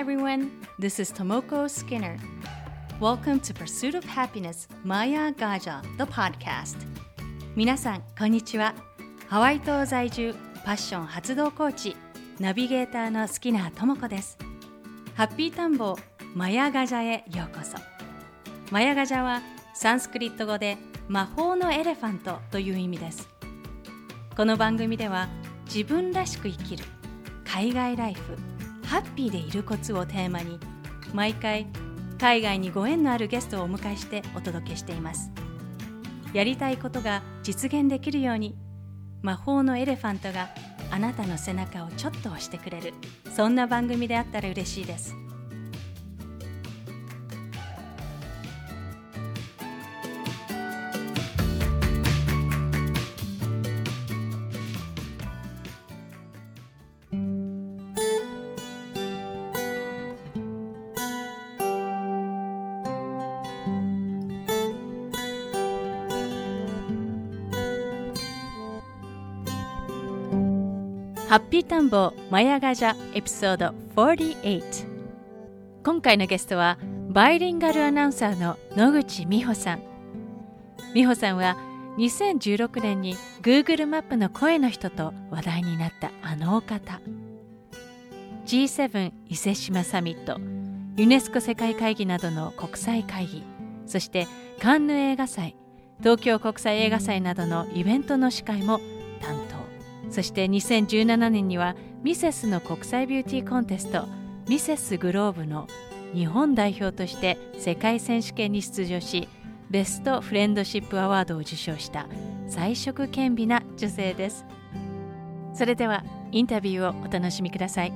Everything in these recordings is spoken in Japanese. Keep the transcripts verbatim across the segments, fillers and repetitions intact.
everyone. This is Tomoko Skinner. Welcome to Pursuit of Happiness Maya Gaja, the podcast. 皆さん、こんにちは。ハワイ島在住、パッション発動コーチ、ナビゲーターのスキナーともこです。ハッピータンボマヤガジャへようこそ。マヤガジャはサンスクリット語で魔法のエレファントという意味です。この番組では自分らしく生きる、海外ライフ、ハッピーでいるコツをテーマに毎回海外にご縁のあるゲストをお迎えしてお届けしています。やりたいことが実現できるように魔法のエレファントがあなたの背中をちょっと押してくれる、そんな番組であったら嬉しいです。ハッピータンボマヤガジャエピソードよんじゅうはち。今回のゲストはバイリンガルアナウンサーの野口美穂さん。美穂さんはにせんじゅうろくねんに Google マップの声の人と話題になったあのお方。ジーセブン 伊勢志摩サミット、ユネスコ世界会議などの国際会議、そしてカンヌ映画祭、東京国際映画祭などのイベントの司会も担当。そしてにせんじゅうななねんにはミセスの国際ビューティーコンテストミセスグローブの日本代表として世界選手権に出場し、ベストフレンドシップアワードを受賞した才色兼備な女性です。それではインタビューをお楽しみください。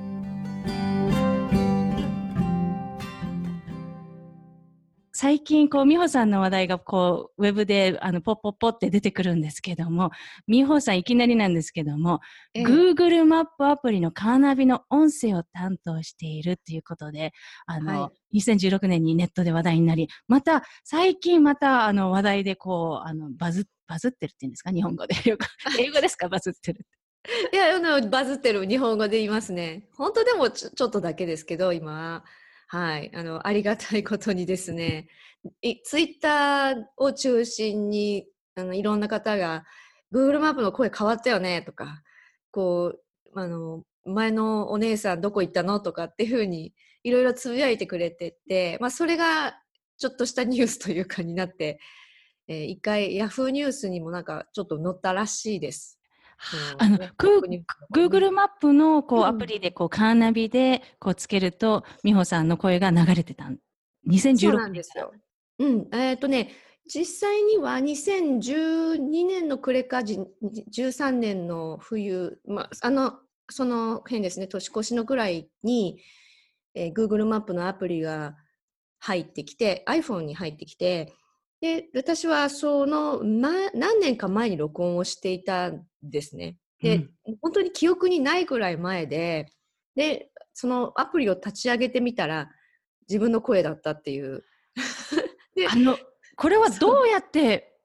最近こう美穂さんの話題がこうウェブであのポッポッポって出てくるんですけども、美穂さんいきなりなんですけども、ええ、Google マップアプリのカーナビの音声を担当しているということで、あの、はい、にせんじゅうろくねんにネットで話題になり、また最近またあの話題でこうあのバズバズってるっていうんですか、日本語で英語ですかバズってるいやあのバズってる日本語で言いますね。本当でもちょ、ちょっとだけですけど今。はい、あのありがたいことにですね、ツイッターを中心にあのいろんな方が Google マップの声変わったよねとか、こうあの前のお姉さんどこ行ったのとかっていうふうにいろいろつぶやいてくれてて、まあ、それがちょっとしたニュースというかになって、えー、一回ヤフーニュースにもなんかちょっと載ったらしいです。 あの、Google マップのこうアプリでこうカーナビでこうつけると、美穂さんの声が流れてた。にせんじゅうろくねんから。 そうなんですよ。うん、えっとね、実際にはにせんじゅうにねんの暮れかじゅうさんねんの冬、まあ、あのその辺ですね、年越しのくらいに、えー、Google マップのアプリが入ってきて、iPhone に入ってきて、で私はその、ま、何年か前に録音をしていたんですね。で、うん、本当に記憶にないくらい前で、でそのアプリを立ち上げてみたら自分の声だったっていうであのこれはどうやって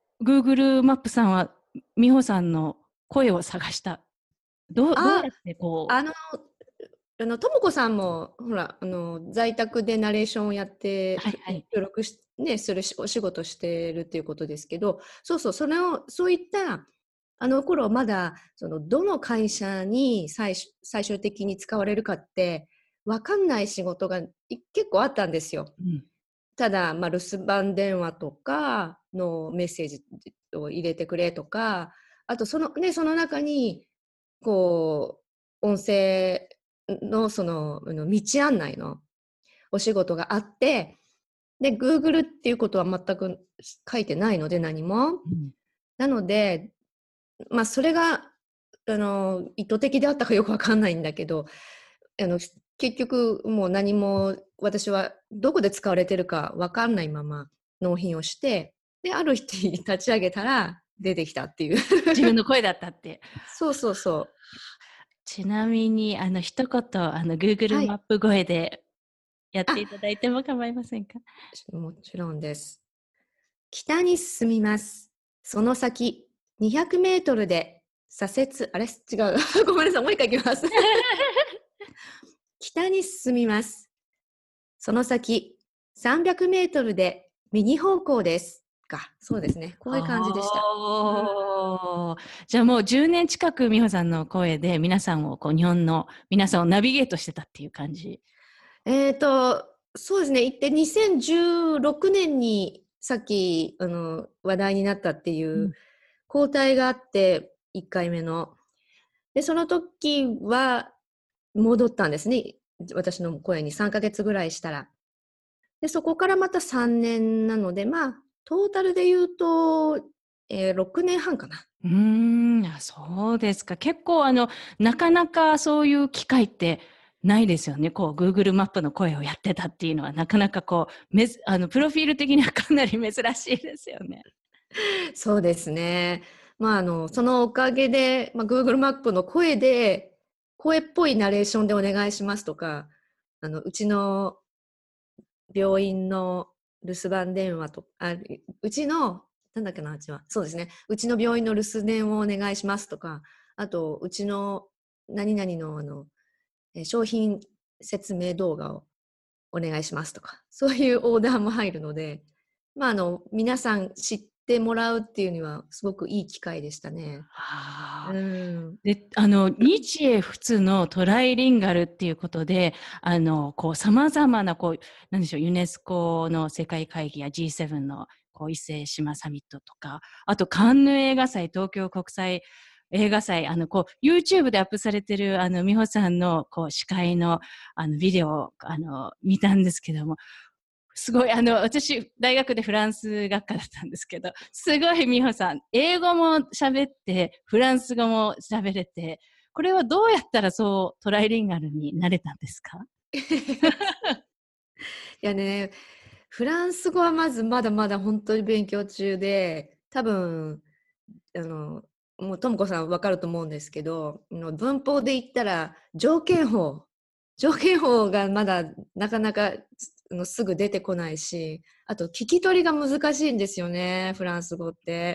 Google マップさんは美穂さんの声を探した？どう、どうやってこうあのあのともこさんもほらあの在宅でナレーションをやって、はいはい、協力し、ね、するお仕事してるっていうことですけど、そうそう、それをそういったあの頃まだそのどの会社に 最, 最終的に使われるかって分かんない仕事が結構あったんですよ。うん、ただ、まあ、留守番電話とかのメッセージを入れてくれとか、あとその、ね、その中にこう音声のその道案内のお仕事があって、で Google っていうことは全く書いてないので何も、うん、なので、まあ、それがあの意図的であったかよくわかんないんだけど、あの結局もう何も私はどこで使われてるかわかんないまま納品をして、である日立ち上げたら出てきたっていう自分の声だったってそうそうそう。 ちなみにあの一言あの Google マップ声でやっていただいても構いませんか？ もちろんです。北に進みます。その先にひゃくメートルで左折、あれ違うごめんなさい、もう一回いきます北に進みます。 その先さんびゃくメートルで右方向ですか。そうですね。こういう感じでした。 おー、じゃあもうじゅうねん近く美穂さんの声で皆さんをこう日本の皆さんをナビゲートしてたっていう感じ。 えっと、そうですね。行ってにせんじゅうろくねんにさっきあの話題になったっていう、うん、交代があっていっかいめの。で、その時は戻ったんですね。私の声にさんかげつぐらいしたら。で、そこからまたさんねんなので、まあ、トータルで言うと、えー、ろくねんはんかな。 うーん、あ、そうですか。結構あの、なかなかそういう機会ってないですよね。こう、Google マップの声をやってたっていうのは、なかなかこう、めず、あの、プロフィール的にはかなり珍しいですよね。 そうですね。まあ、あの、そのおかげで、まあ、Google マップの声で、声っぽいナレーションでお願いしますとか、あの、うちの病院の留守番電話と、あ、うちの、なんだっけな、うちは。そうですね。うちの病院の留守電をお願いしますとか、あと、うちの何々の、あの、商品説明動画をお願いしますとか、そういうオーダーも入るので、まあ、あの、皆さん知ってもらうっていうには、すごくいい機会でしたね。 はあ、 うん。 で、あの、日英仏のトライリンガルっていうことで、あの、こう、様々な、こう、なんでしょう、ユネスコの世界会議や ジーセブン の、こう、伊勢志摩サミットとか、あと、カンヌ映画祭、東京国際映画祭、あの、こう、YouTube でアップされてる、あの、美穂さんの、こう、司会の、あの、ビデオを、あの、見たんですけども、すごい、あの、私、大学でフランス学科だったんですけど、すごい美穂さん、英語も喋って、フランス語も喋れて、これはどうやったらそうトライリンガルになれたんですか？ いやね、フランス語はまずまだまだ本当に勉強中で、多分、あの、もうともこさんわかると思うんですけど、文法で言ったら条件法、条件法がまだなかなかすぐ出てこないし、あと聞き取りが難しいんですよね、フランス語って。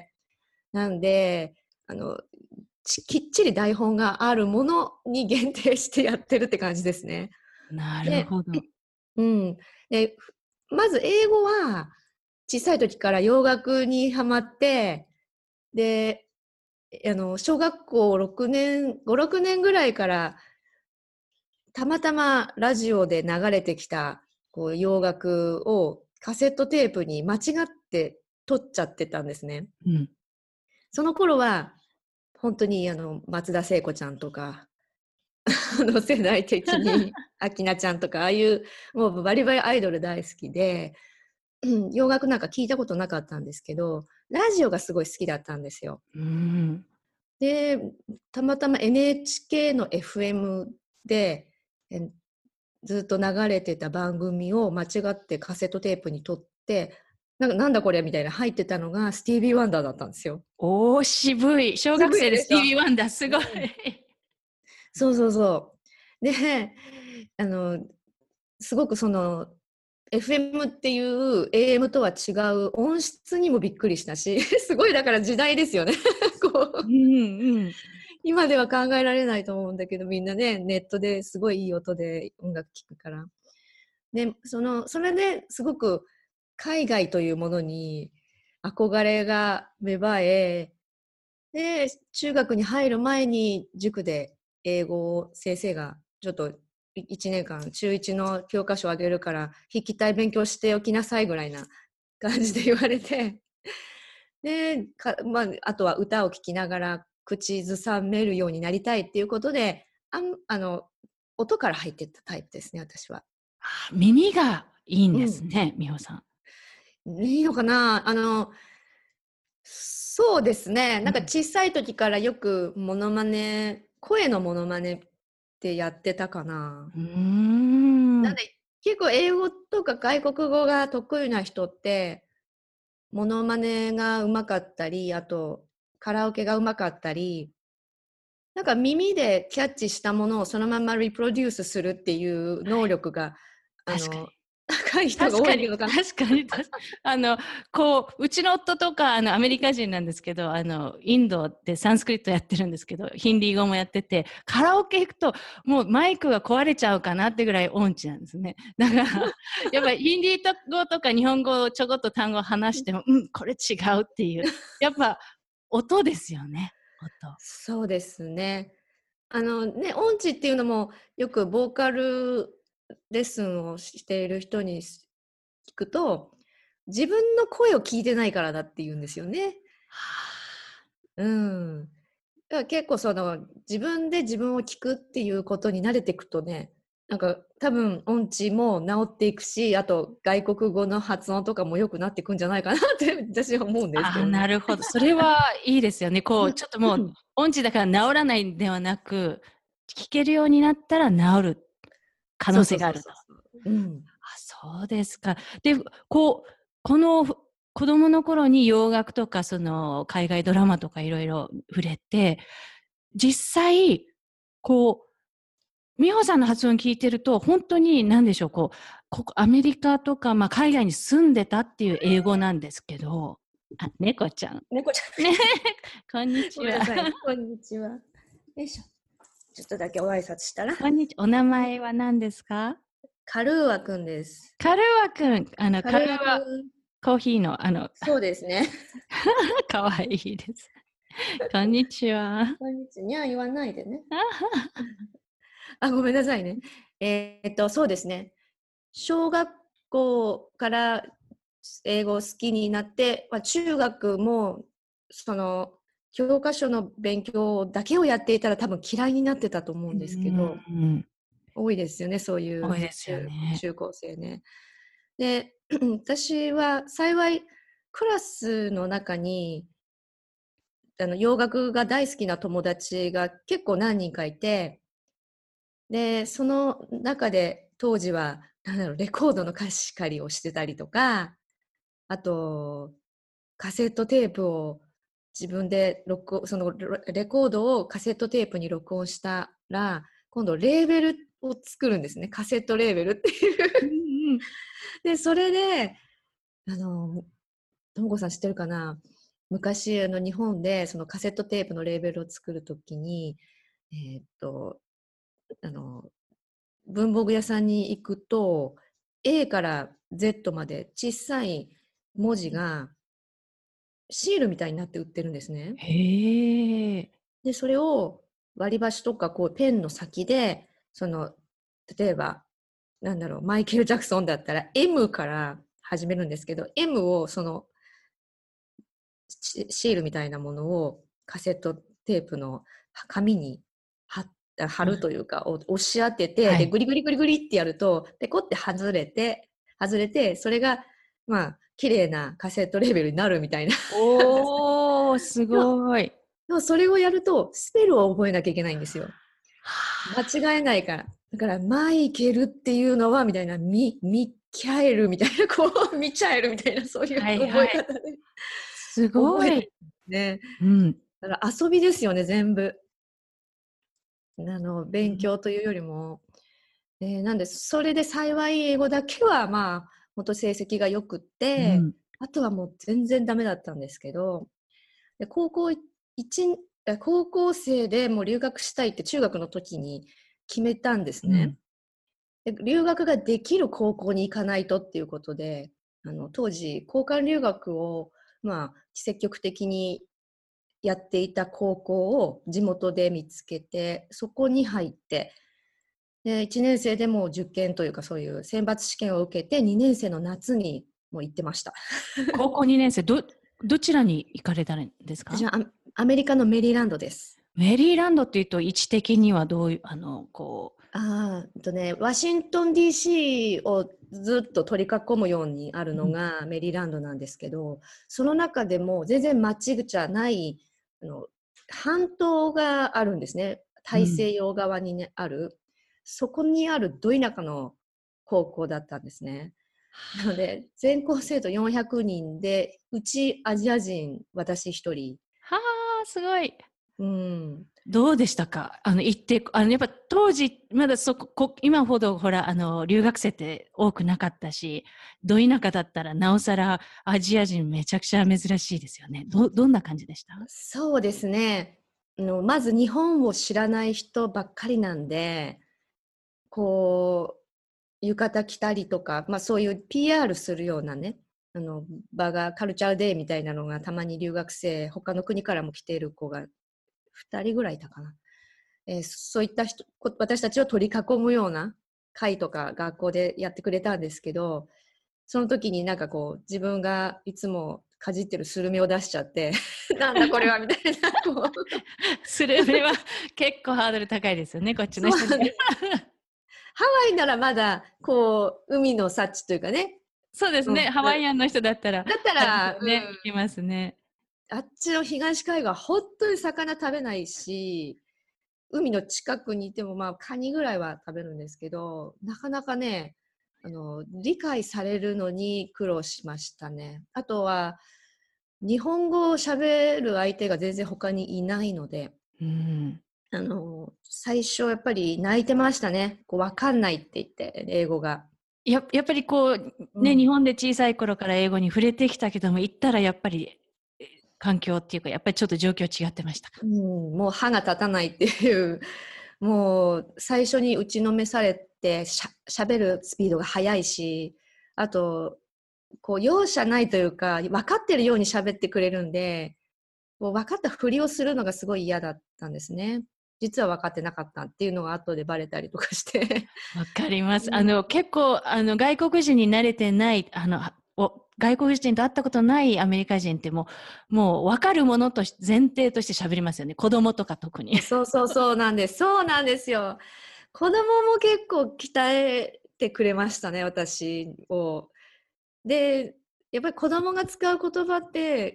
なんで、あの、きっちり台本があるものに限定してやってるって感じですね。 なるほど。 うん。で、まず英語は小さい時から洋楽にハマって、で、あの、小学校ろくねん、ご、ろくねんぐらいから、たまたまラジオで流れてきたこう洋楽をカセットテープに間違って撮っちゃってたんですね。 うん、 その頃は、本当にあの、松田聖子ちゃんとか、あの世代的に、明菜ちゃんとか、ああいう、もうバリバリアイドル大好きで、うん、洋楽なんか聞いたことなかったんですけど、ラジオがすごい好きだったんですよ。 うん、 で、たまたま エヌエイチケー の エフエム で、ずっと流れてた番組を間違ってカセットテープに撮って、なんかなんだこれみたいな入ってたのがスティービー・ワンダーだったんですよ。 おー、渋い。小学生でスティービー・ワンダー、すごい。うん、 そうそうそう。で、あの、すごくその、エフエム っていう エーエム とは違う音質にもびっくりしたし、すごいだから時代ですよね。こう、 うんうん、 今では考えられないと思うんだけど、みんなね、ネットですごいいい音で音楽聴くから。で、その、それですごく海外というものに憧れが芽生え、で、中学に入る前に塾で英語を先生がちょっといちねんかん中いちの教科書をあげるから筆記体勉強しておきなさいぐらいな感じで言われて、で、かまあ、あとは歌を聴きながら口ずさめるようになりたいっていうことで、ああの、音から入っていったタイプですね、私は。 耳がいいんですね、美穂さん。いいのかな、あの、そうですね。なんか小さい時からよくモノマネ、声のモノマネってやってたかな。 うーん。 なんで結構英語とか外国語が得意な人って、モノマネがうまかったり、あとカラオケがうまかったり、なんか耳でキャッチしたものをそのままリプロデュースするっていう能力が、あの、だ近い人が多いのかな。 確かに、確かに。あの、こう、うちの夫とか、あの、アメリカ人なんですけど、あの、インドでサンスクリットやってるんですけど、ヒンディー語もやってて、カラオケ行くと、もうマイクが壊れちゃうかなってぐらい音痴なんですね。だから、やっぱりヒンディー語とか日本語をちょこっと単語を話しても、うん、これ違うっていう。やっぱ、音ですよね、音。 そうですね。あのね、音痴っていうのもよくボーカルレッスンをしている人に聞くと、自分の声を聞いてないからだって言うんですよね。うん。だから結構その自分で自分を聞くっていうことに慣れていくとね、なんか多分音痴も治っていくし、あと外国語の発音とかも良くなっていくんじゃないかなって私は思うんですああ、 けどね。 なるほど。それはいいですよね。こう、ちょっともう、音痴だから治らないんではなく、聞けるようになったら治る可能性があると。 うん。 あ、そうですか。で、こう、この子供の頃に洋楽とか、その海外ドラマとかいろいろ触れて、実際、こう、美穂さんの発音聞いてると、本当に何でしょう、こう、ここアメリカとか、まあ、海外に住んでたっていう英語なんですけど、あ、猫ちゃん。 猫ちゃん。 ね、こんにちは。 こんにちは。よいしょ。ちょっとだけお挨拶したら。 こんにちは。お名前は何ですか？ カルーアくんです。 カルーアくん。あの、カルーアコーヒーの、あの、 そうですね。 かわいいです。こんにちは。 こんにちは。にゃー言わないでね。あ、ごめんなさいね。えーっと、そうですね。小学校から英語を好きになって、まあ、中学もその教科書の勉強だけをやっていたら多分嫌いになってたと思うんですけど、 うん、 多いですよね、そういう多いですよね。 中高生ね。で、私は幸いクラスの中にあの洋楽が大好きな友達が結構何人かいて、で、その中で当時は、なんだろう、レコードの貸し借りをしてたりとか、あと、カセットテープを自分で録そのレコードをカセットテープに録音したら、今度レーベルを作るんですね。カセットレーベルっていう。 うんうん、 で、それで、あの、ともこさん知ってるかな、昔、あの、日本でそのカセットテープのレーベルを作るときに、えーっと、あの、文房具屋さんに行くと A から Z まで小さい文字がシールみたいになって売ってるんですね。 へえ。 で、それを割り箸とかこうペンの先で、その、例えば、なんだろう、マイケル・ジャクソンだったら M から始めるんですけど、M をそのシールみたいなものをカセットテープの紙に貼っ貼るというか、押し当てて、 はい、 で、グリグリグリグリってやると、ペコって外れて、外れて、それが、まあ、綺麗なカセットレーベルになるみたいな。 おー、すでも、 ごい。 でもそれをやると、スペルを覚えなきゃいけないんですよ。間違えないから。だから、マイケルっていうのは、みたいな、ミ、ミキャエルみたいな、こう、ミチャエルみたいな、そういうはい覚はい。 え方ですご覚えてい。 ね。 うん。 だから遊びですよね、全部。あの、 うん、 勉強というよりも。えーなんで、それで幸い英語だけは、まあ、元成績が良くって、 うん、 あとはもう全然ダメだったんですけど、で高校一え高校生でもう留学したいって中学の時に決めたんですね。 うん。 で留学ができる高校に行かないとっていうことで、あの当時交換留学を、まあ、積極的にやっていた高校を地元で見つけて、そこに入って、でいちねん生でも受験というかそういう選抜試験を受けてにねん生の夏にもう行ってました。 高校にねん生、ど、どちらに行かれたんですか？ 私はアアメリカのメリーランドです。 メリーランドっていうと位置的にはどういう、あの、こう。 ああ、とね、ワシントン ディーシー をずっと取り囲むようにあるのうん、 がメリーランドなんですけど、その中でも全然町じゃないあの半島があるんですね。大西洋側に、ね、ある。そこにあるど田舎の高校だったんですね。なので、全校生徒よんひゃくにんで、うちアジア人私一人。 はあ、すごい。 うん。 どうでしたか？あの、行って、あの、やっぱ当時、まだそこ、こ今ほど、ほら、あの、留学生って多くなかったし、ど田舎だったら、なおさらアジア人めちゃくちゃ珍しいですよね。ど、どんな感じでした？ そうですね。あのまず日本を知らない人ばっかりなんで、こう、浴衣着たりとか、まあそういう ピーアール するようなね、あの場がカルチャーデーみたいなのがたまに留学生、他の国からも来ている子がふたりぐらいいたかな。えーそういった人、こ私たちを取り囲むような会とか学校でやってくれたんですけど、その時になんかこう自分がいつもかじってるスルメを出しちゃってなんだこれはみたいなこうスルメは結構ハードル高いですよね、こっちの人に。 ハワイならまだこう海の幸というかね、 そうですね、 うん、 ハワイアンの人だったら、 だったら、うん、 ね、行きますね。 あっちの東海岸本当に魚食べないし、海の近くにいてもまあカニぐらいは食べるんですけど、なかなかね、あの理解されるのに苦労しましたね。あとは日本語を喋る相手が全然他にいないので、 うん、 あの最初やっぱり泣いてましたね。こう分かんないって言って英語が。 ややっぱりこう、ね、 うん、 日本で小さい頃から英語に触れてきたけども、行ったらやっぱり環境っていうか、やっぱりちょっと状況違ってましたか？ うん、もう歯が立たないっていう、もう最初に打ちのめされてしゃ、しゃべるスピードが速いし、あと、こう容赦ないというか、分かってるように喋ってくれるんで、こう分かったふりをするのがすごい嫌だったんですね。実は分かってなかったっていうのが後でバレたりとかして。 わかります。 うん、 あの、結構、あの、外国人に慣れてない、あの、お外国人と会ったことないアメリカ人ってもう、もう分かるものとし前提として喋りますよね。子供とか特に。 そうそうそうなんです。そうなんですよ。子供も結構鍛えてくれましたね、私を。で、やっぱり子供が使う言葉って、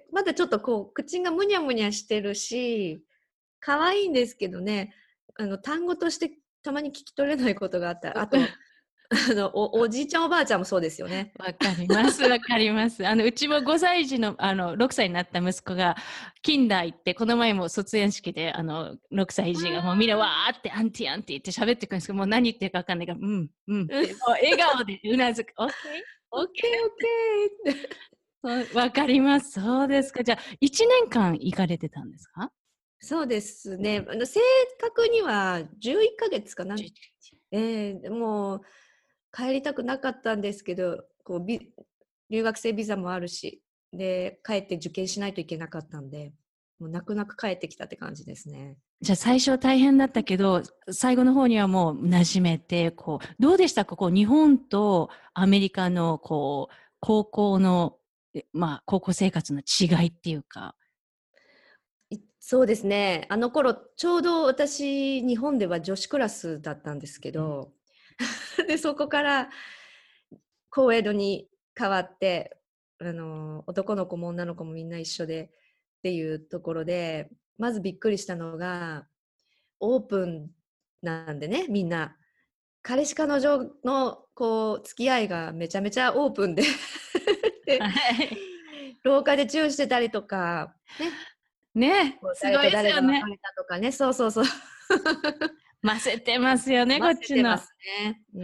まだちょっとこう、口がむにゃむにゃしてるし、可愛いんですけどね、あの、単語としてたまに聞き取れないことがあった。あと、あの、お、おじいちゃんおばあちゃんもそうですよね。 わかります、わかります。あの、うちもごさい児の、あの、ろくさいになった息子が、キンダー行って、この前も卒園式で、あの、ろくさい児がもうみんなわーって、アンティアンティって喋ってくるんですけど、もう何言ってるかわかんないから、うん、うんって、もう笑顔でうなずく。オッケーオッケオッケーオッケーって。 ー。わかります。そうですか。じゃあ、いちねんかん行かれてたんですか？ そうですね。あの正確にはじゅういっかげつかな。えー、もう帰りたくなかったんですけど、こうビ留学生ビザもあるし、で、帰って受験しないといけなかったんで、もう泣く泣く帰ってきたって感じですね。 じゃあ最初は大変だったけど、最後の方にはもう馴染めて、こう、どうでしたか？こう、日本とアメリカの、こう、高校の、えまあ、高校生活の違いっていうか。 いそうですね。あの頃、ちょうど私、日本では女子クラスだったんですけうん、 ど、で、そこから高エドに変わって、あの、男の子も女の子もみんな一緒でっていうところで、まずびっくりしたのが、オープンなんでね、みんな。彼氏彼女のこう付き合いがめちゃめちゃオープンでで、 はい。 廊下でチューしてたりとか、ね、 ね、 こうすごいで誰と誰がすよね。 別れたとかね、そうそうそう。 ませてますよね、こ混っちの。 ぜてますね。うん。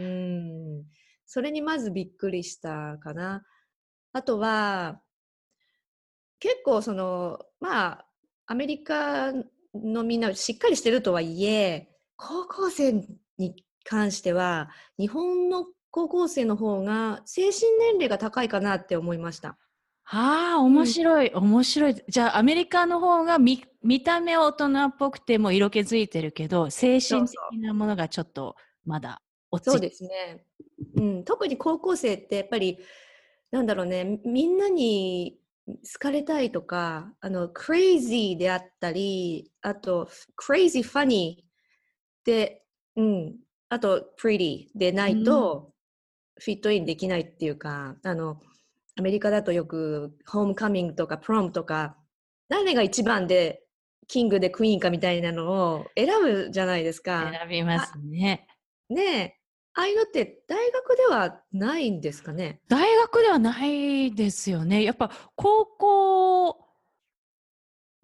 それにまずびっくりしたかな。あとは、結構その、まあ、アメリカのみんなしっかりしてるとはいえ、高校生に関しては、日本の高校生の方が精神年齢が高いかなって思いました。 はあ、 うん、 面白い、面白い。じゃあ、アメリカの方が見、見た目は大人っぽくても色気づいてるけど、精神的そうそう。 なものがちょっとまだ落ちて。 そうですね。うん、特に高校生ってやっぱり、なんだろうね、みんなに好かれたいとか、あの、crazy であったり、あと、crazy funny で、うん、あと、pretty でないうん。 と、フィットインできないっていうか、あの、アメリカだとよく、ホームカミングとか、プロムとか、誰が一番で、キングでクイーンかみたいなのを選ぶじゃないですか。 選びますね。 ねえ、ああいうのって大学ではないんですかね。 大学ではないですよね。やっぱ高校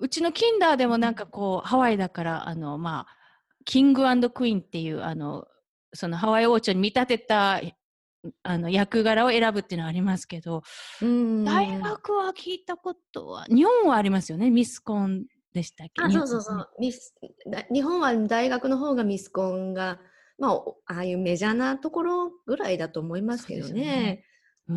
うちのキンダーでもなんかこう、ハワイだから、あの、まあ、キング&クイーンっていう、あの、そのハワイ王朝に見立てた、あの、役柄を選ぶっていうのはありますけど、大学は聞いたことは、日本はありますよね。ミスコンでしたっけ？ あ、そうそうそう。ミス、日本は大学の方がミスコンが、まあ、ああいうメジャーなところぐらいだと思いますけどね。 うん、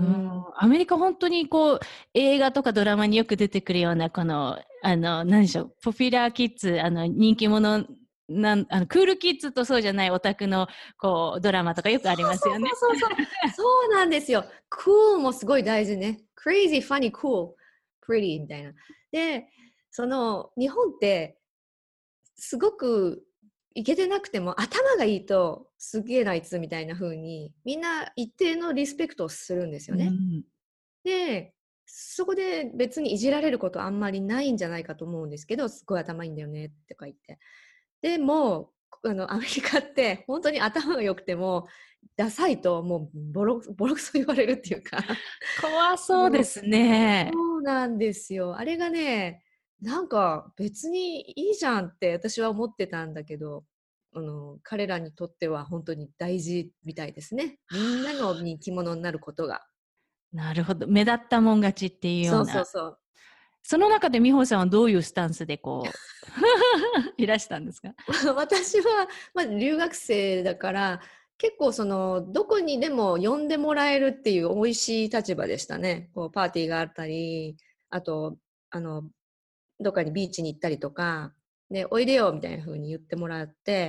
アメリカ本当にこう映画とかドラマによく出てくるようなこのあの何でしょう、ポピュラーキッズ、あの人気者なんあのクールキッズとそうじゃないオタクのこうドラマとかよくありますよね。 そうそうそうそうそうなんですよ。クールもすごい大事ね。crazy, funny, cool, pretty みたいな。で、その日本ってすごくいけてなくても頭がいいとすげえなあいつみたいな風にみんな一定のリスペクトをするんですよね。うん、でそこで別にいじられることあんまりないんじゃないかと思うんですけど、すごい頭いいんだよねって書いて。でもあのアメリカって本当に頭が良くてもダサいともうボロボロクソ言われるっていうか怖そうですね。 そうなんですよ。あれがね、なんか別にいいじゃんって私は思ってたんだけど、あの彼らにとっては本当に大事みたいですね。みんなの人気者になることが。 なるほど。目立ったもん勝ちっていうような。 そうそうそう。 その中で美穂さんはどういうスタンスでこういらしたんですか？ 私は、まあ、留学生だから結構そのどこにでも呼んでもらえるっていう美味しい立場でしたね。こうパーティーがあったり、あとあのどっかにビーチに行ったりとかでおいでよみたいな風に言ってもらって、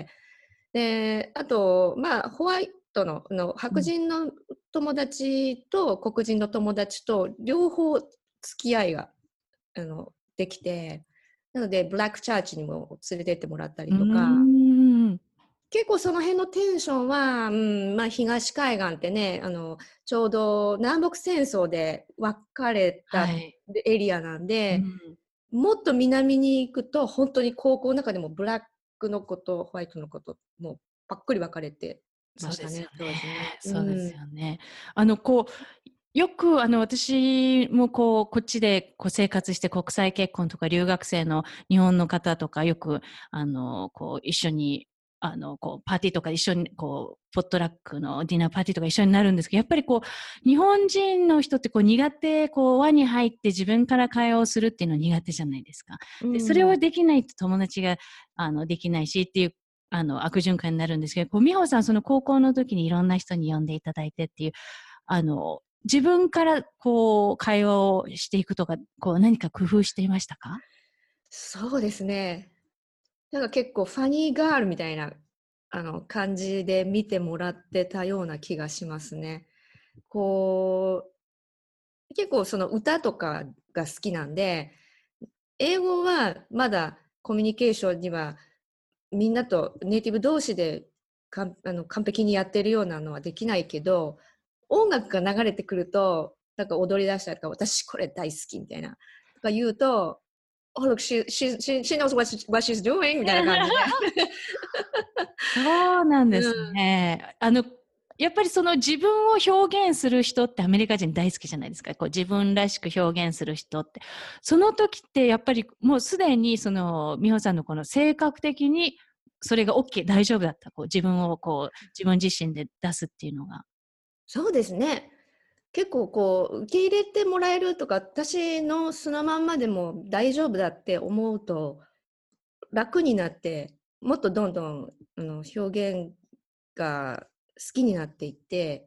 であとまあホワイト の, の白人の友達と黒人の友達と両方付き合いがあのできて、なのでブラックチャーチにも連れてってもらったりとか、結構その辺のテンションは、うんまあ、東海岸ってね、あのちょうど南北戦争で分かれたエリアなんで、はいうん、もっと南に行くと本当に高校の中でもブラックの子とホワイトの子ともうばっくり分かれてましたね。 そうですよね。そうですよね。うん、あのこうよくあの私もこうこっちでこう生活して国際結婚とか留学生の日本の方とかよくあのこう一緒にあのこうパーティーとか一緒にこうポットラックのディナーパーティーとか一緒になるんですけど、やっぱりこう日本人の人ってこう苦手こう輪に入って自分から会話をするっていうの苦手じゃないですか。でそれをできないと友達があのできないしっていうあの悪循環になるんですけど、こう美穂さんその高校の時にいろんな人に呼んでいただいてっていうあの自分からこう会話をしていくとかこう何か工夫していましたか？ そうですね。なんか結構ファニーガールみたいなあの感じで見てもらってたような気がしますね。こう結構その歌とかが好きなんで、英語はまだコミュニケーションにはみんなとネイティブ同士でかんあの完璧にやってるようなのはできないけど、音楽が流れてくるとなんか踊り出したりとか、私これ大好きみたいなとか言うと、Oh, look, she, she, she, she knows what, she, what she's doing みたいな感じで。 そうなんですね。うん、あの、やっぱりその自分を表現する人ってアメリカ人大好きじゃないですか。こう自分らしく表現する人って。その時ってやっぱりもうすでにその美穂さんのこの性格的にそれが OK、大丈夫だった。こう自分をこう自分自身で出すっていうのが。 そうですね。結構こう受け入れてもらえるとか、私のそのまんまでも大丈夫だって思うと楽になって、もっとどんどんあの表現が好きになっていって、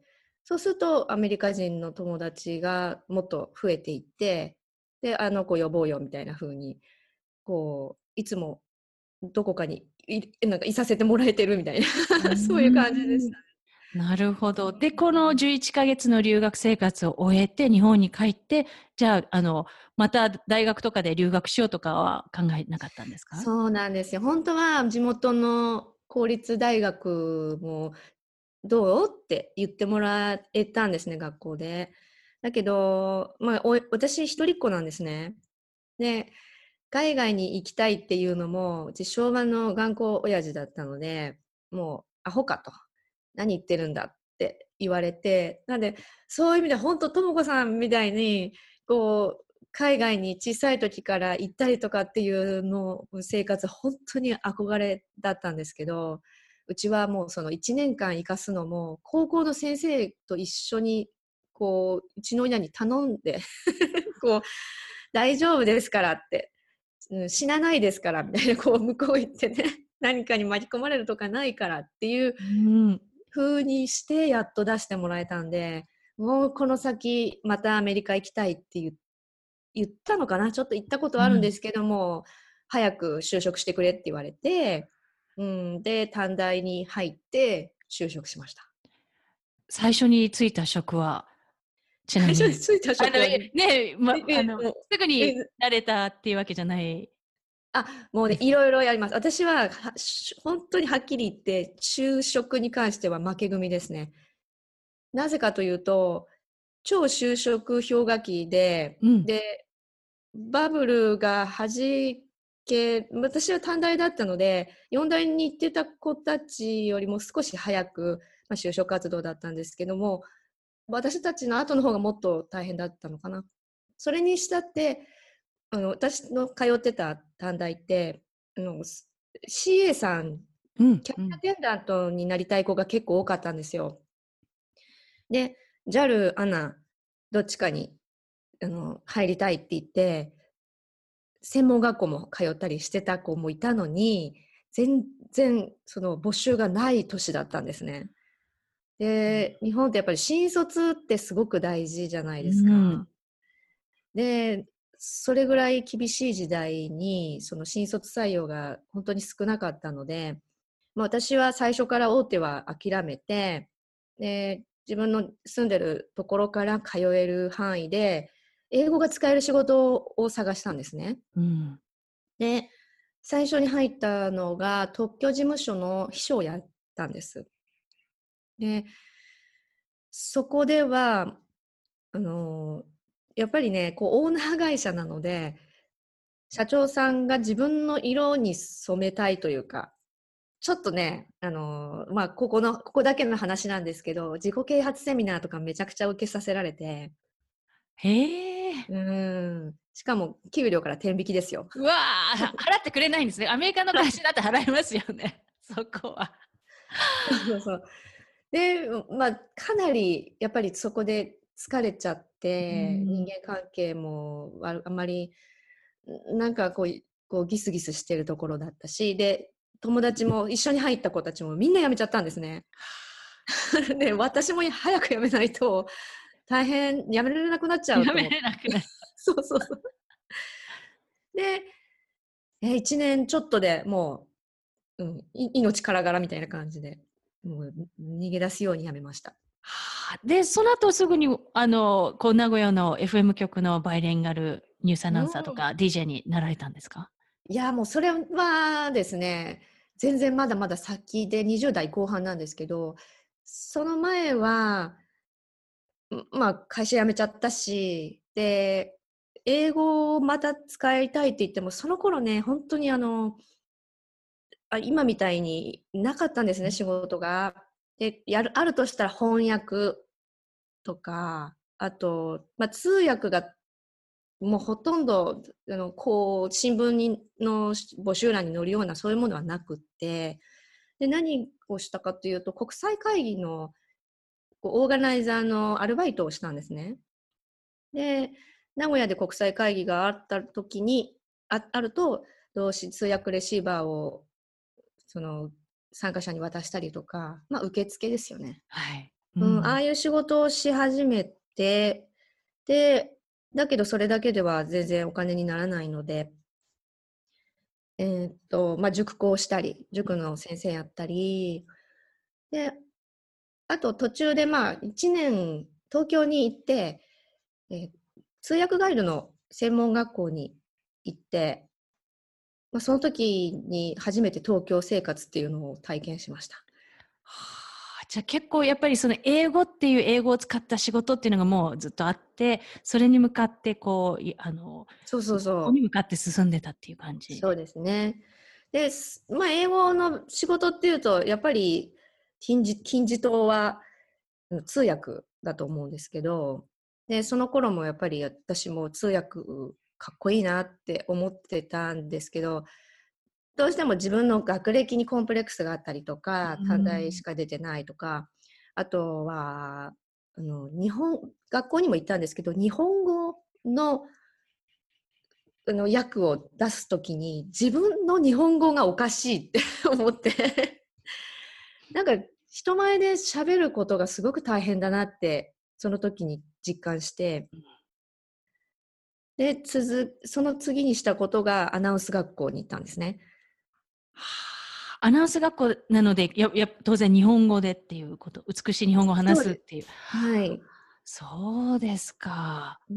そうするとアメリカ人の友達がもっと増えていって、であの子呼ぼうよみたいな風にこういつもどこかに い, なんかいさせてもらえてるみたいなそういう感じでした。 なるほど。で、このじゅういっかげつの留学生活を終えて日本に帰って、じゃあ、あの、また大学とかで留学しようとかは考えなかったんですか？ そうなんですよ。本当は地元の公立大学もどうって言ってもらえたんですね、学校で。だけど、まあ、お私一人っ子なんですね。で、海外に行きたいっていうのも、うち昭和の頑固親父だったので、もうアホかと。何言ってるんだって言われて、なんで、そういう意味で本当、ともこさんみたいに、こう、 海外に小さい時から行ったりとかっていうの生活本当に憧れだったんですけど、うちはもうそのいちねんかん行かすのも高校の先生と一緒にこううちの親に頼んでこう大丈夫ですからって、うん、死なないですからみたいな、こう向こう行ってね何かに巻き込まれるとかないからっていう風にしてやっと出してもらえたんで、もうこの先またアメリカ行きたいって言言ったのかな、ちょっと行ったことあるんですけども、うん、早く就職してくれって言われて、うん、で短大に入って就職しました。 最初に就いた職はちなみに最初に就いた職はねね、ま、あのすぐに慣れたっていうわけじゃない。 あ、もうね、いろいろやります。私は、は本当にはっきり言って、就職に関しては負け組ですね。なぜかというと、超就職氷河期で、うん、で、バブルがはじけ、私は短大だったので、よん大に行ってた子たちよりも少し早く、まあ、就職活動だったんですけども、私たちの後の方がもっと大変だったのかな。それにしたって、あの私の通ってた短大ってあの シーエー さん、うん、キャビンアテンダントになりたい子が結構多かったんですよ。で ジャル、アナどっちかにあの入りたいって言って専門学校も通ったりしてた子もいたのに、全然その募集がない年だったんですね。で、日本ってやっぱり新卒ってすごく大事じゃないですか。うん、でそれぐらい厳しい時代にその新卒採用が本当に少なかったので、まあ、私は最初から大手は諦めて、で自分の住んでるところから通える範囲で英語が使える仕事を探したんですね。うん、で最初に入ったのが特許事務所の秘書をやったんです。でそこではあのやっぱりねこうオーナー会社なので社長さんが自分の色に染めたいというか、ちょっとね、あのー、まあ、ここの、ここだけの話なんですけど、自己啓発セミナーとかめちゃくちゃ受けさせられて。 へえ。 うん。しかも、給料から天引きですよ。 うわー、払ってくれないんですね。アメリカの会社だって払いますよね。そこは。 そうそうそう。で、まあ、かなり、やっぱりそこで疲れちゃって、人間関係もあんまり、なんかこう、こうギスギスしてるところだったし、で、友達も一緒に入った子たちもみんな辞めちゃったんですね。で、私も早く辞めないと大変、辞められなくなっちゃうと思って。 辞めれなくなっちゃう。 そうそうそう。で、え、いちねんちょっとでもう、うん、命からがらみたいな感じで、もう逃げ出すように辞めました。 で、その後すぐに、あの、こう、名古屋の エフエム 局のバイリンガルニュースアナウンサーとか ディージェー になられたんですか？ いや、もうそれはですね、全然まだまだ先でにじゅう代後半なんですけど、その前は、まあ会社辞めちゃったし、で、英語をまた使いたいって言っても、その頃ね、本当にあの、あ今みたいになかったんですね、仕事が。で、やる、あるとしたら翻訳とか、あと、まあ通訳がもうほとんど、あの、こう、新聞にの募集欄に載るようなそういうものはなくって、で、何をしたかというと、国際会議のこうオーガナイザーのアルバイトをしたんですね。で、名古屋で国際会議があった時に、あ、あると、同時通訳レシーバーを、その、参加者に渡したりとか、まあ、受付ですよね。 はい。 うん、うん、ああいう仕事をし始めて、で、だけどそれだけでは全然お金にならないので、えーっと、まあ、塾講したり、塾の先生やったり、で、あと途中でまあ、いちねん東京に行って、えー、通訳ガイドの専門学校に行って、まあ、その時に初めて東京生活っていうのを体験しました。 はあ、じゃあ結構やっぱりその英語っていう英語を使った仕事っていうのがもうずっとあって、それに向かってこう、あの、 そうそうそう。 そこに向かって進んでたっていう感じ。 そうですね。で、まあ、英語の仕事っていうと、やっぱり金字、金字塔は通訳だと思うんですけど、 で、その頃もやっぱり私も通訳かっこいいなって思ってたんですけど、どうしても自分の学歴にコンプレックスがあったりとか、短大しか出てないとか、あとは、あの、日本、学校にも行ったんですけど、日本語の、あの訳を出すときに自分の日本語がおかしいって思ってなんか人前で喋ることがすごく大変だなってその時に実感して、で、続、その次にしたことがアナウンス学校に行ったんですね。 アナウンス学校なので、や、や、当然日本語でっていうこと、美しい日本語を話すっていう。 はい。 そうですか。 うん。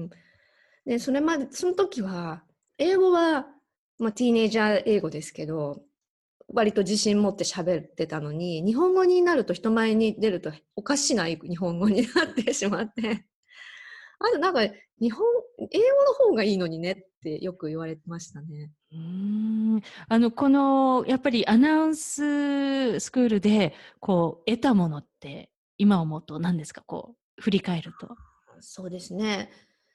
で、それまで、その時は、英語は、まあ、ティーネイジャー英語ですけど、割と自信持って喋ってたのに、日本語になると人前に出るとおかしな日本語になってしまって、あとなんか、日本、英語の方がいいのにねってよく言われてましたね。 うーん。あの、この、やっぱりアナウンススクールで、こう、得たものって、今思うと何ですか？こう、振り返ると。 そうですね。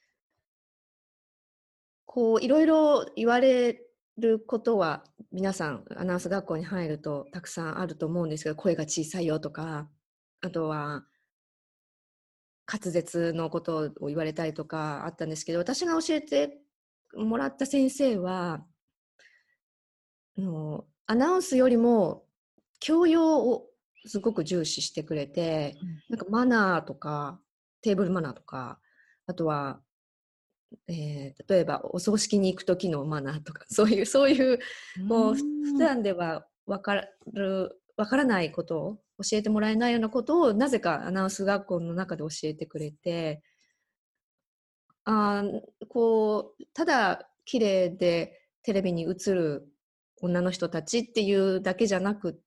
こう、いろいろ言われることは、皆さん、アナウンス学校に入るとたくさんあると思うんですけど、声が小さいよとか、あとは、滑舌のことを言われたりとかあったんですけど、私が教えてもらった先生は、あの、アナウンスよりも教養をすごく重視してくれて、なんかマナーとか、テーブルマナーとか、あとは、えー例えばお葬式に行く時のマナーとか、そういう、そういう、 うこう、普ーん。 段ではわかる、わからないことを、教えてもらえないようなことを、なぜかアナウンス学校の中で教えてくれて、あーこう、ただ綺麗でテレビに映る女の人たちっていうだけじゃなくって、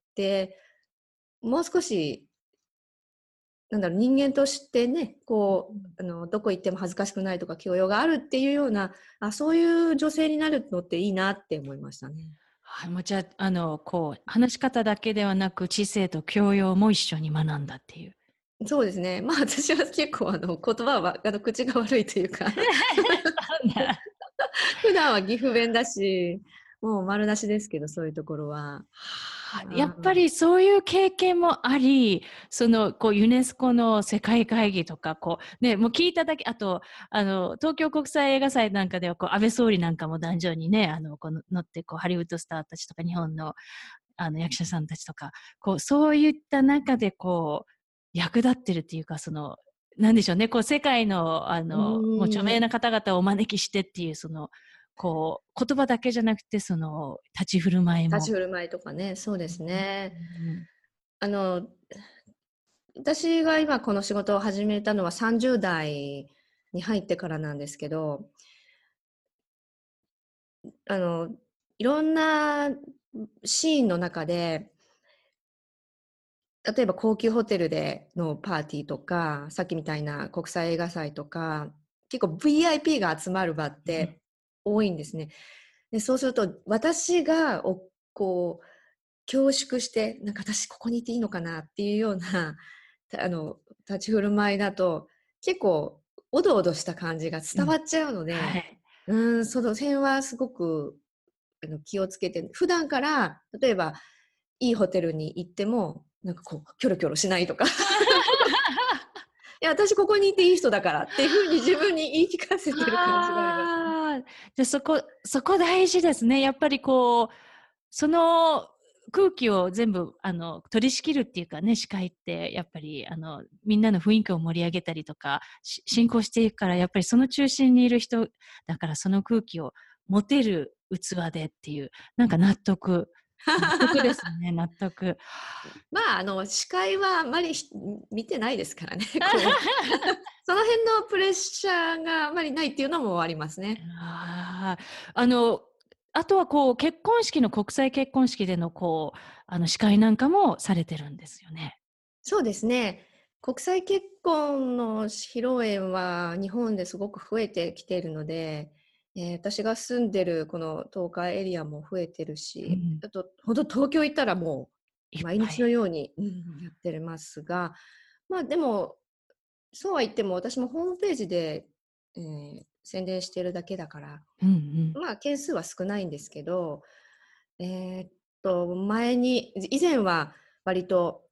もう少し、なんだろう、人間としてね、こう、あの、どこ行っても恥ずかしくないとか、教養があるっていうような、あ、そういう女性になるのっていいなって思いましたね。 はい、もうじゃあ、あの、こう、話し方だけではなく、知性と教養も一緒に学んだっていう。 そうですね。まあ私は結構あの言葉はあの口が悪いというかそんな。 普段は岐阜弁だし、もう丸出しですけど、そういうところは。 はあやっぱあーりそういう経験もあり、その、こう、ユネスコの世界会議とか、こう、ね、もう聞いただけ、あと、あの、東京国際映画祭なんかでは、こう、安倍総理なんかも壇上にね、あの、この、乗って、こう、ハリウッドスターたちとか、日本の、あの、役者さんたちとか、こう、そういった中で、こう、役立ってるっていうか、その、なんでしょうね、こう、世界の、あうの、もう著名ーん、 な方々をお招きしてっていう、その、こう、言葉だけじゃなくて、その、立ち振る舞いも、 立ち振る舞いとかね、そうですね。 うん、 あの、私が今この仕事を始めたのはさんじゅう代に入ってからなんですけど、あの、いろんなシーンの中で、例えば高級ホテルでのパーティーとか、さっきみたいな国際映画祭とか、結構 ブイアイピー が集まる場って多いんですね。で、そうすると私がおこう恐縮して、なんか私ここにいていいのかなっていうようなたあの立ち振る舞いだと結構おどおどした感じがうん。 伝わっちゃうので、 はい。 うん、その辺はすごくあの気をつけて、普段から例えばいいホテルに行ってもなんかこうキョロキョロしないとかいや私ここにいていい人だからっていうふうに自分に言い聞かせてる感じがありますね。 ああ、じゃ、そこそこ大事ですね。やっぱりこう、その空気を全部あの、取り仕切るっていうかね、司会ってやっぱりあの、みんなの雰囲気を盛り上げたりとか、し進行していくから、やっぱりその中心にいる人だからその空気を持てる器でっていう、なんか納得納得ですね、納得。 まあ、あの、司会はあまり見てないですからね。こう、その辺のプレッシャーがあまりないっていうのもありますね。 ああ、あの、あとはこう、結婚式の国際結婚式でのこう、あの、司会なんかもされてるんですよね。 そうですね。国際結婚の披露宴は日本ですごく増えてきているので、えー私が住んでるこの東海エリアも増えてるし、 うん。 あと、本当東京行ったらもう毎日のいっぱい。 ように、うんやってますが、まあでも、 そうは言っても私もホームページで、えー、宣伝してるだけだから、 うんうん、 まあ件数は少ないんですけど、えー、っと前に以前は割と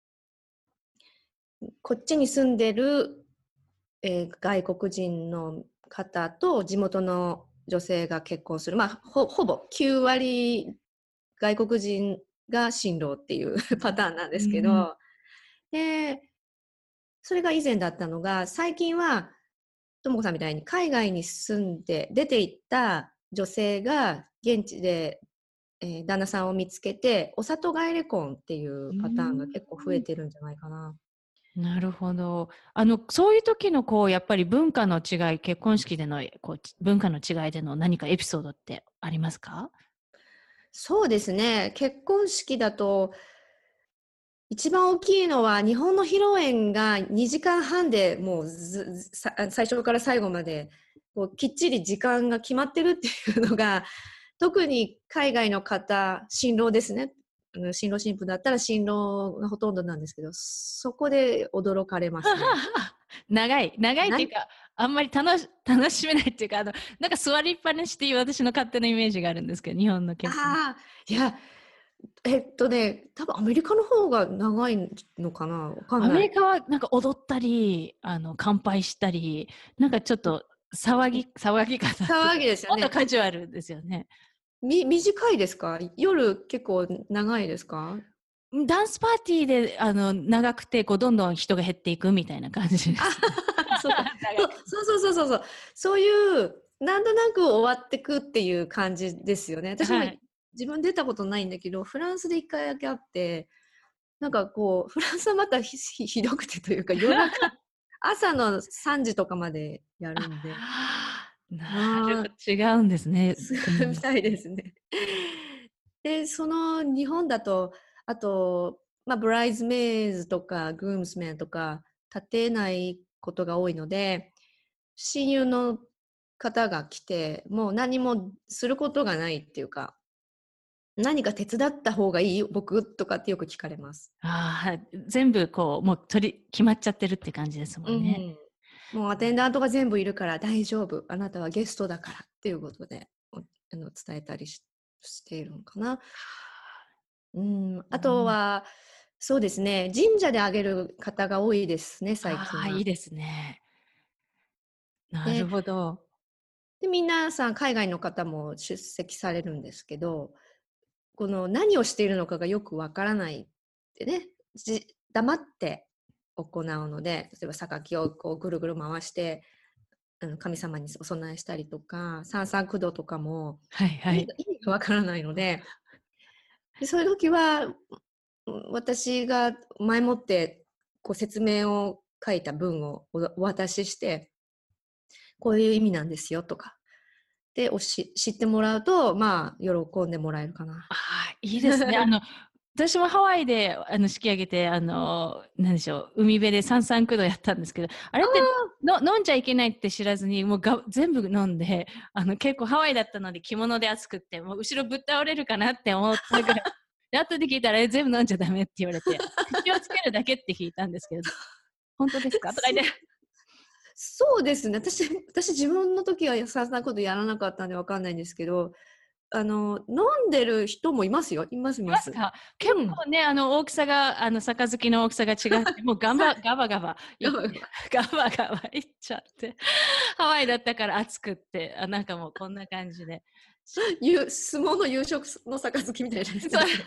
こっちに住んでる、えー、外国人の方と地元の女性が結婚する、まあ、ほほぼきゅうわり外国人が新郎っていうパターンなんですけうん、 ど、で、それが以前だったのが、最近は、ともこさんみたいに海外に住んで出て行った女性が現地で、えー旦那さんを見つけて、お里帰り婚っていううパターンがん、 結構増えてるんじゃないかな。 なるほど。あの、そういう時のこう、やっぱり文化の違い、結婚式でのこう文化の違いでの何かエピソードってありますか？ そうですね。結婚式だと、一番大きいのは、日本の披露宴がにじかんはんでもうずずさ最初から最後までこうきっちり時間が決まってるっていうのが、特に海外の方、新郎ですね。うん新郎新婦だったら新郎がほとんどなんですけど、そこで驚かれますね。 長い、長いっていう何か、あんまり楽し、楽しめないっていうか、あの、なんか座りっぱなしっていう私の勝手なイメージがあるんですけど、日本の結婚。 ああ、いや、えっとね、多分アメリカの方が長いのかなわかんアメリない。 カはなんか踊ったり、あの、乾杯したり、なんかちょっと騒ぎ、騒ぎ方っていうか、 騒ぎですよもっとね。 カジュアルですよね。 み、短いですか？夜結構長いですか？ ダンスパーティーで、あの、長くて、こう、どんどん人が減っていくみたいな感じであ、 すね。 そうか。 長く。 そうそうそうそうそう。そういう、なんとなく終わってくっていう感じですよね。私もはい。 自分出たことないんだけど、フランスで一回だけあって、なんかこう、フランスはまたひひひどくてというか、夜中、朝のさんじとかまでやるんで、 あ、なるほまあ、 ど、違うんですね。 すごいみ国によって。 たいですね。で、その日本だと、あと、まあ、ブライズメイズとか、グームスメンとか、立てないことが多いので、親友の方が来て、もう何もすることがないっていうか、何か手伝った方がいい僕とかってよく聞かれます。 ああ、全部こう、もう取り、決まっちゃってるって感じですもんね。 うん。もうアテンダントが全部いるから大丈夫。あなたはゲストだからっていうことで、おあの伝えたりし、しているのかな。うん。あとうん、 は、そうですね。神社であげる方が多いですね、最ああ、い近は。 いですね。なるで、 ほど。 で、皆さん海外の方も出席されるんですけど、この何をしているのかがよくわからないってね、じ黙って行うので、例えば榊をこうぐるぐる回して、あの神様にお供えしたりとか、三三九度とかも、 はいはい。 意味が意味がわからないので、でそういう時は、私が前もってこう説明を書いた文をおお渡しして、こういう意味なんですよとか、で、おし知ってもらうと、まあ、喜んでもらえるかな。 ああ、いいですね。あの、私もハワイで、あの、式上げて、あの、なんでしょう、海辺で三三九度やったんですけど、あれっての飲んじゃいけないって知らずに、もうが全部飲んで、あの、結構ハワイだったので着物で暑くって、もう後ろぶっ倒れるかなって思ったぐらい。で、後で聞いたら、え全部飲んじゃダメって言われて、口をつけるだけって聞いたんですけど、本当ですかとか言って。 そうですね。私、私自分の時はそんなことやらなかったんでわかんないんですけど、あの、飲んでる人もいますよ。います、います。 いますか？結うん。 構ね、あの、大きさが、あの、杯の大きさが違って、もうガンさ、 バ、ガバガバいって、ガバガバいっちゃって、ハワイだったから暑くって、あ、なんかもうこんな感じで。 ゆ相撲の夕食の杯みたいなやつそう、 ですね。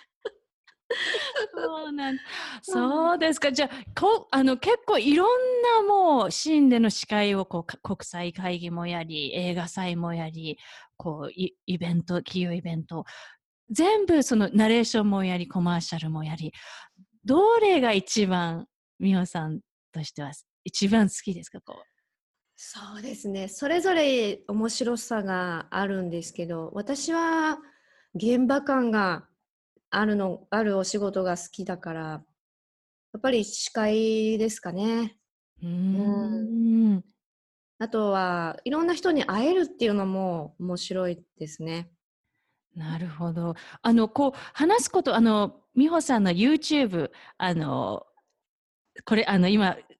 そうなんうん、 そうですか。じゃあ、こあの、結構いろんなもうシーンでの司会をこうか国際会議もやり、映画祭もやり、こうイ、イベント、企業イベント、全部そのナレーションもやり、コマーシャルもやり、どれが一番、美穂さんとしては一番好きですか、こそうですね。それぞれ面白さがあるんですけど、私は現場感があるの、あるお仕事が好きだから、やっぱり司会ですかね。 う。うーうん。 ん。 あとは、いろんな人に会えるっていうのも面白いですね。 なるほど。あの、こう、話すこと、あの、美穂さんの YouTube、あの、これ、あの、今、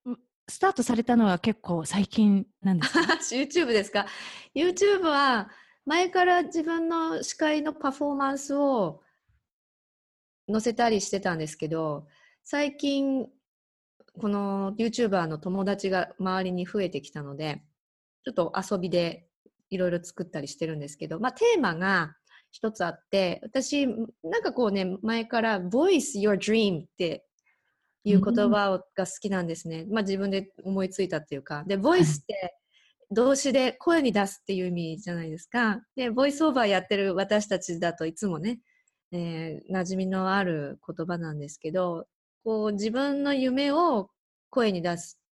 スタートされたのは結構最近なんですか？ YouTube ですか？ YouTube は前から自分の司会のパフォーマンスを載せたりしてたんですけど、最近この YouTuber の友達が周りに増えてきたので、ちょっと遊びでいろいろ作ったりしてるんですけど、まあテーマが一つあって、私なんかこうね、前から Voice Your Dream っていう言葉が好きなんですね。まあ自分で思いついたっていうか。で、Voice って動詞で声に出すっていう意味じゃないですか。で、ボイスオーバーやってる私たちだといつもね、えー、馴染みのある言葉なんですけど、こう自分の夢を声に出すって、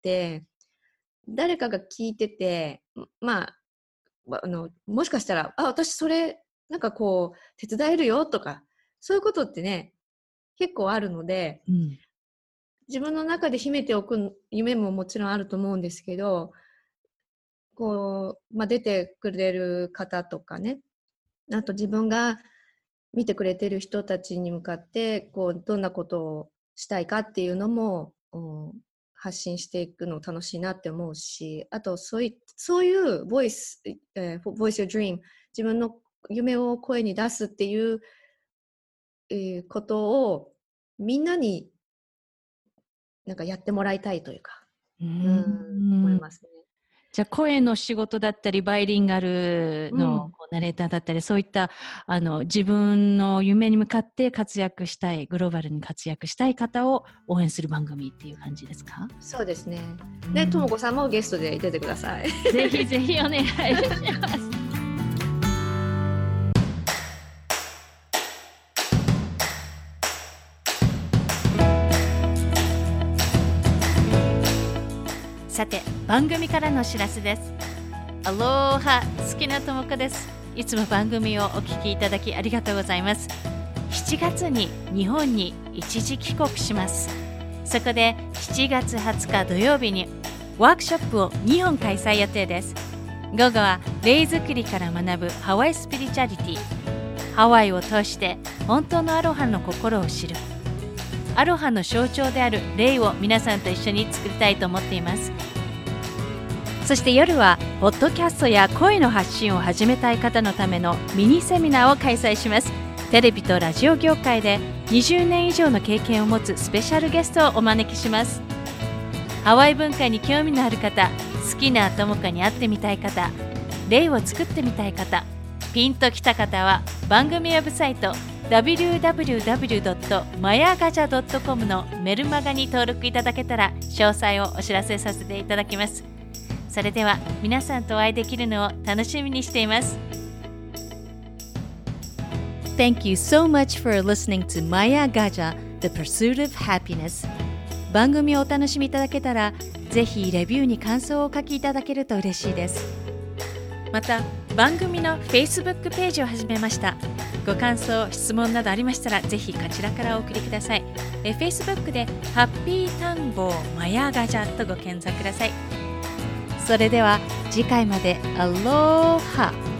誰かが聞いてて、まあ、あの、もしかしたら、あ、私それ、なんかこう、手伝えるよとか、そういうことってね、結構あるので、うん、自分の中で秘めておく夢ももちろんあると思うんですけど、こう、まあ、出てくれる方とかね、あと自分が見てくれてる人たちに向かって、こう、どんなことをしたいかっていうのも、発信していくの楽しいなって思うし、あとそういそういうボイス、えー、Voice Your Dream、自分の夢を声に出すっていう、えー、ことをみんなになんかやってもらいたいというか、うん、うん思いますね。 じゃあ声の仕事だったりバイリンガルのこうナレーターだったり、うん、そういったあの自分の夢に向かって活躍したい、グローバルに活躍したい方を応援する番組っていう感じですか？ そうですね。で、ともこさんもゲストで出てください。 ぜひぜひお願いします。さて、番組からのお知らせです。アローハ、好きなともこです。いつも番組をお聞きいただきありがとうございます。しちがつに日本に一時帰国します。そこでしちがつはつか土曜日にワークショップをにほん開催予定です。午後は霊作りから学ぶハワイスピリチュアリティ。ハワイを通して本当のアロハの心を知る。アロハの象徴である霊を皆さんと一緒に作りたいと思っています。そして夜はポッドキャストや声の発信を始めたい方のためのミニセミナーを開催します。テレビとラジオ業界でにじゅうねん以上の経験を持つスペシャルゲストをお招きします。ハワイ文化に興味のある方、好きな友果に会ってみたい方、霊を作ってみたい方、ピンときた方は番組ウェブサイト ダブリューダブリューダブリュードットマヤガジャドットコム のメルマガに登録いただけたら詳細をお知らせさせていただきます。それでは皆さんとお会いできるのを楽しみにしています。Thank you so much for listening to Maya Gaja, The Pursuit of Happiness。 番組をお楽しみいただけたらぜひレビューに感想をお書きいただけると嬉しいです。また番組の Facebook ページを始めました。ご感想、質問などありましたらぜひこちらからお送りください。え Facebook でハッピー単語マヤガジャとご検索ください。それでは次回までアローハ。